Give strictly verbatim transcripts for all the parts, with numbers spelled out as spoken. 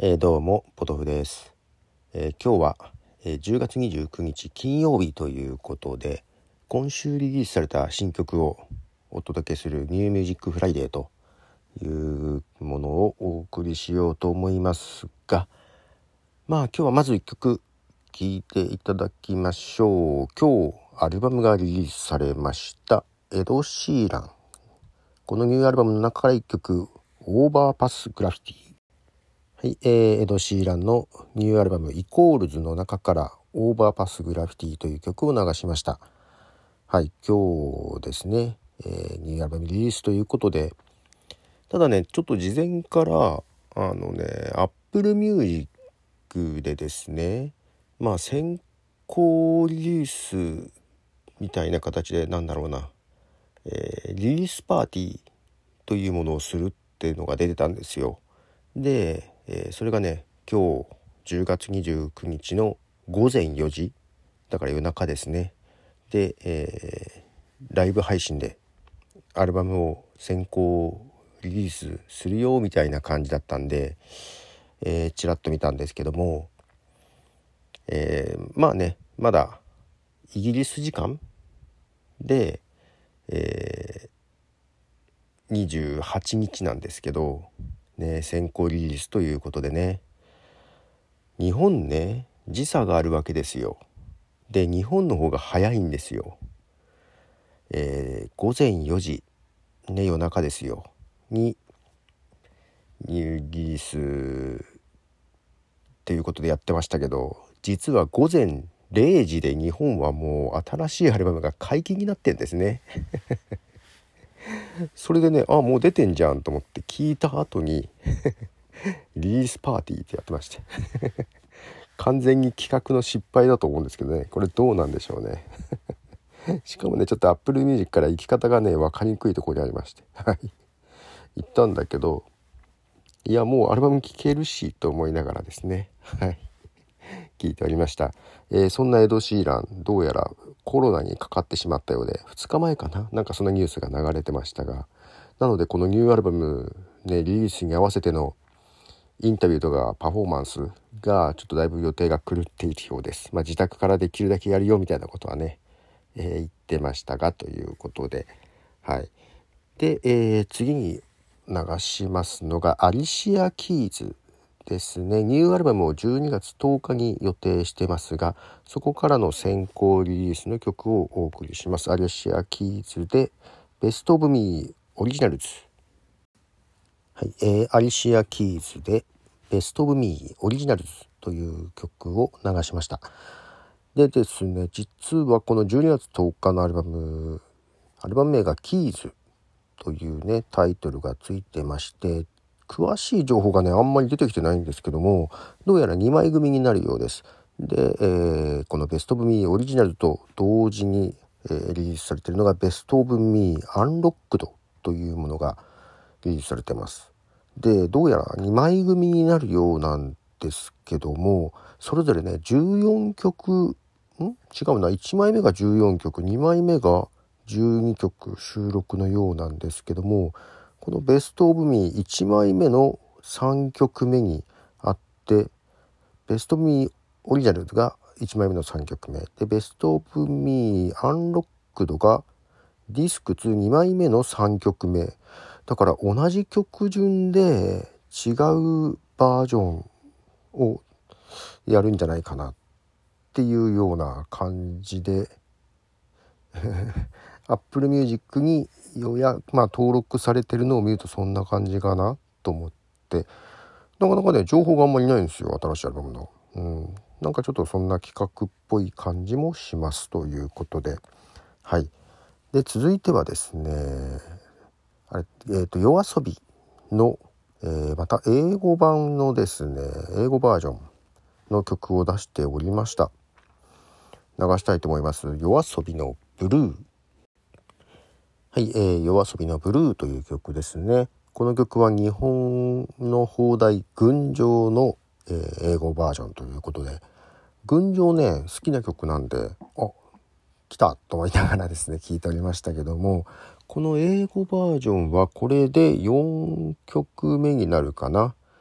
えー、どうもポトフです。えー、今日は、えー、じゅうがつにじゅうくにち金曜日ということで、今週リリースされた新曲をお届けするニューミュージックフライデーというものをお送りしようと思いますが、まあ今日はまずいっきょく聴いていただきましょう。今日アルバムがリリースされましたエド・シーラン。このニューアルバムの中からいっきょく、オーバーパスグラフィティ。はい、えー、エド・シーランのニューアルバムイコールズの中からオーバーパスグラフィティという曲を流しました。はい、今日ですね、えー、ニューアルバムリリースということで、ただねちょっと事前からあのね Apple Music でですね、まあ先行リリースみたいな形でなんだろうな、えー、リリースパーティーというものをするっていうのが出てたんですよ。で、えー、それがね今日じゅうがつにじゅうくにちのごぜんよじだから夜中ですね。で、えー、ライブ配信でアルバムを先行リリースするよみたいな感じだったんで、えー、ちらっと見たんですけども、えー、まあねまだイギリス時間で、えー、にじゅうはちにちなんですけどね、先行リリースということでね、日本ね時差があるわけですよ。で日本の方が早いんですよ。えー、ごぜんよじね夜中ですよにニューリリースっていうことでやってましたけど、実はごぜんれいじで日本はもう新しいアルバムが解禁になってんですねそれでねあもう出てんじゃんと思って聞いた後にリリースパーティーってやってまして完全に企画の失敗だと思うんですけどね、これどうなんでしょうねしかもねちょっと Apple Music から行き方がね分かりにくいところにありましてはい行ったんだけど、いやもうアルバム聴けるしと思いながらですねはい聞いておりました。えー、そんなエド・シーランどうやらコロナにかかってしまったようでふつかまえかな、なんかそんなニュースが流れてましたが、なのでこのニューアルバムねリリースに合わせてのインタビューとかパフォーマンスがちょっとだいぶ予定が狂っているようです。まあ自宅からできるだけやるよみたいなことはね、えー、言ってましたがということで、はいで、えー、次に流しますのがアリシア・キーズですね。ニューアルバムをじゅうにがつとおかに予定してますが、そこからの先行リリースの曲をお送りします。アリシア・キーズでベストオブミーオリジナルズ。はい、えー、アリシア・キーズでベストオブミーオリジナルズという曲を流しました。でですね、実はこのじゅうにがつとおかのアルバム、アルバム名がキーズというねタイトルがついてまして、詳しい情報がねあんまり出てきてないんですけども、どうやらにまい組になるようです。で、えー、このベストオブミーオリジナルと同時に、えー、リリースされているのがベストオブミーアンロックドというものがリリースされてます。でどうやらにまい組になるようなんですけども、それぞれねじゅうよんきょくん違うな、いちまいめがじゅうよんきょく、にまいめがじゅうにきょく収録のようなんですけども、このベストオブミーいちまいめのさんきょくめにあって、ベストオブミーオリジナルがいちまいめのさんきょくめで、ベストオブミーアンロックドがディスクツーにまいめのさんきょくめだから、同じ曲順で違うバージョンをやるんじゃないかなっていうような感じでApple Music に予約、まあ、登録されてるのを見るとそんな感じかなと思って、なかなかね情報があんまりないんですよ、新しいアルバムの。うん、なんかちょっとそんな企画っぽい感じもしますということで、はい。で続いてはですね、あれ、えーと、YOASOBIの、えー、また英語版のですね英語バージョンの曲を出しておりました。流したいと思います。YOASOBIのブルー。はい、えー、YOASOBIのブルーという曲ですね。この曲は日本の邦題群青の、えー、英語バージョンということで、群青ね好きな曲なんで、あ来たと思いながらですね聴いておりましたけども、この英語バージョンはこれでよんきょくめになるかな。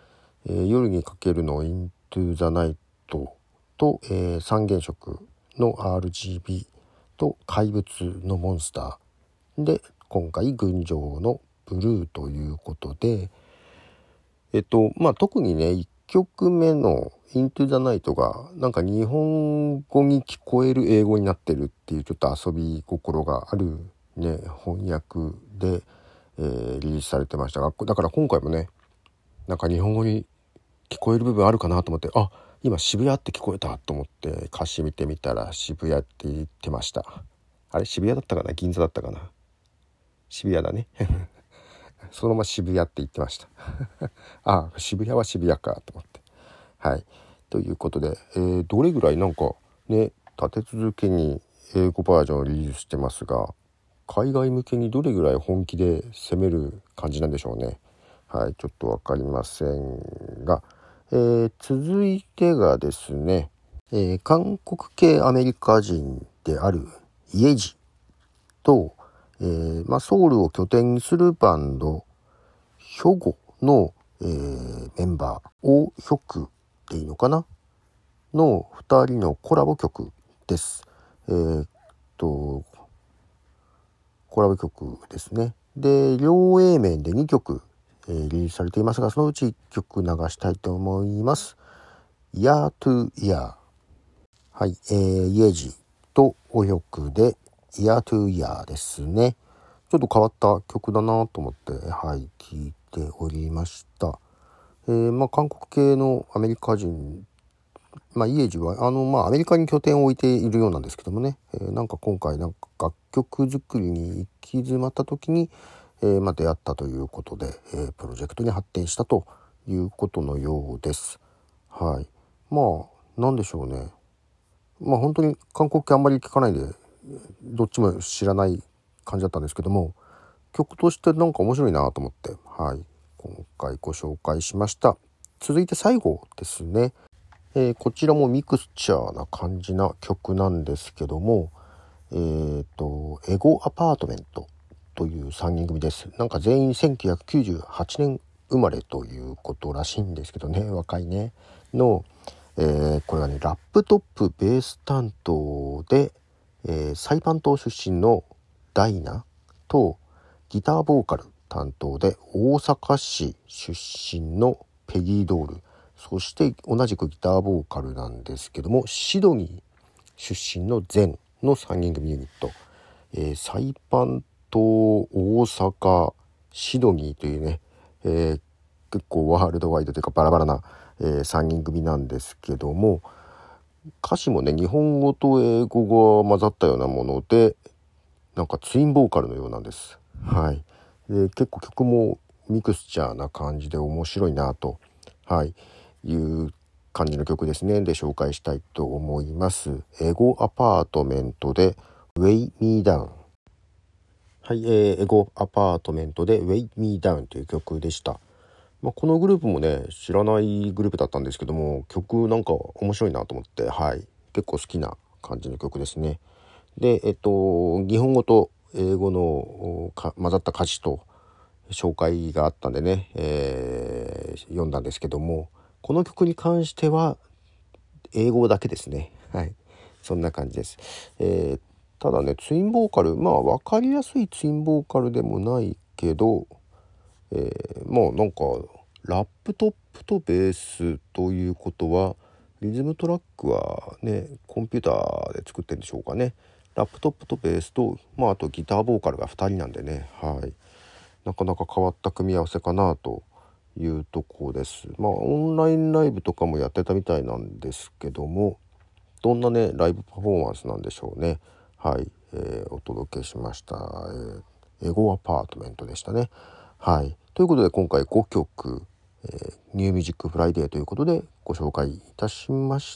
えー、夜にかけるの Into the Night と、えー、三原色の アールジービー と怪物のモンスターで、今回群青のブルーということで、えっとまあ特にねいっきょくめの Into the Night がなんか日本語に聞こえる英語になってるっていうちょっと遊び心があるね翻訳で、えー、リリースされてましたが、だから今回もねなんか日本語に聞こえる部分あるかなと思って、あ、今渋谷って聞こえたと思って歌詞見てみたら渋谷って言ってました。あれ渋谷だったかな、銀座だったかな、渋谷だねそのまま渋谷って言ってましたあ、渋谷は渋谷かと思って、はい、ということで、えー、どれぐらいなんかね立て続けに英語バージョンをリリースしてますが、海外向けにどれぐらい本気で攻める感じなんでしょうね。はい、ちょっと分かりませんが、えー、続いてがですね、えー、韓国系アメリカ人であるイエジと、えーまあ、ソウルを拠点にするバンドヒョゴの、えー、メンバーオーヒョクでいいのかなのふたりのコラボ曲です。えー、っとコラボ曲ですね。で両 A 面でにきょく、えー、リリースされていますが、そのうちいっきょく流したいと思います。Year to Year。はい、えー、イエジとオヒョクで Year to Year ですね。ちょっと変わった曲だなと思って、はい、聴いておりました。えー、まあ韓国系のアメリカ人、まあイエジはあのまあアメリカに拠点を置いているようなんですけどもね、えー、なんか今回なんか楽曲作りに行き詰まった時に、えー、まあ出会ったということで、えー、プロジェクトに発展したということのようです。はい、まあなんでしょうね。まあ本当に韓国系あんまり聞かないでどっちも知らない感じだったんですけども、曲としてなんか面白いなと思って、はい、今回ご紹介しました。続いて最後ですね、えー、こちらもミクスチャーな感じな曲なんですけども、えーとエゴアパートメントというさんにん組です。なんか全員せんきゅうひゃくきゅうじゅうはちねん生まれということらしいんですけどね、若いねの、えー、これはねラップトップベース担当で、えー、サイパン島出身のダイナとギターボーカル担当で大阪市出身のペギードール、そして同じくギターボーカルなんですけどもシドニー出身のゼンのさんにん組ユニット、えー、サイパン島大阪シドニーというね、えー、結構ワールドワイドというかバラバラな、えー、さんにん組なんですけども、歌詞もね日本語と英語が混ざったようなもので、なんかツインボーカルのようなんです。はい、で結構曲もミクスチャーな感じで面白いなと、はい、いう感じの曲ですね。で紹介したいと思います。エゴアパートメントで Weigh Me Down。はい、えー、エゴアパートメントで Weigh Me Down という曲でした。まあ、このグループもね知らないグループだったんですけども、曲なんか面白いなと思って、はい、結構好きな感じの曲ですね。でえっと日本語と英語の混ざった歌詞と紹介があったんでね、えー、読んだんですけども、この曲に関しては英語だけですね。はい、そんな感じです。えー、ただねツインボーカル、まあ分かりやすいツインボーカルでもないけど、えー、まあなんかラップトップとベースということはリズムトラックはねコンピューターで作ってるんでしょうかね。ラップトップとベースと、まあ、あとギターボーカルがふたりなんでね、はい、なかなか変わった組み合わせかなというところです。まあオンラインライブとかもやってたみたいなんですけども、どんなねライブパフォーマンスなんでしょうね。はい、えー、お届けしました、えー、エゴアパートメントでしたね。はい、ということで今回ごきょく、えー、ニューミュージックフライデーということでご紹介いたしました。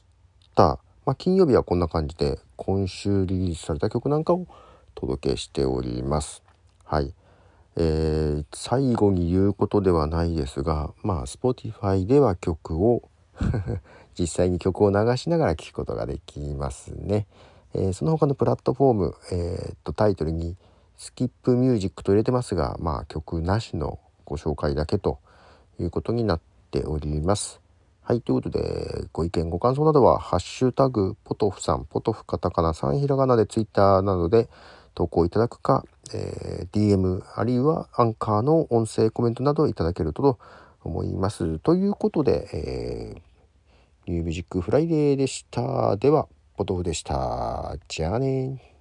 まあ、金曜日はこんな感じで今週リリースされた曲なんかをお届けしております。はい、えー、最後に言うことではないですが、まあ Spotify では曲を実際に曲を流しながら聴くことができますね。えー、その他のプラットフォーム、えー、とタイトルにスキップミュージックと入れてますが、まあ曲なしのご紹介だけということになってております。はい、ということで、ご意見ご感想などはハッシュタグポトフさん、ポトフカタカナさんひらがなでツイッターなどで投稿いただくか、えー、ディーエム あるいはアンカーの音声コメントなどいただけると思います。ということで、えー、ニューミュージックフライデーでした。ではポトフでした。じゃあね。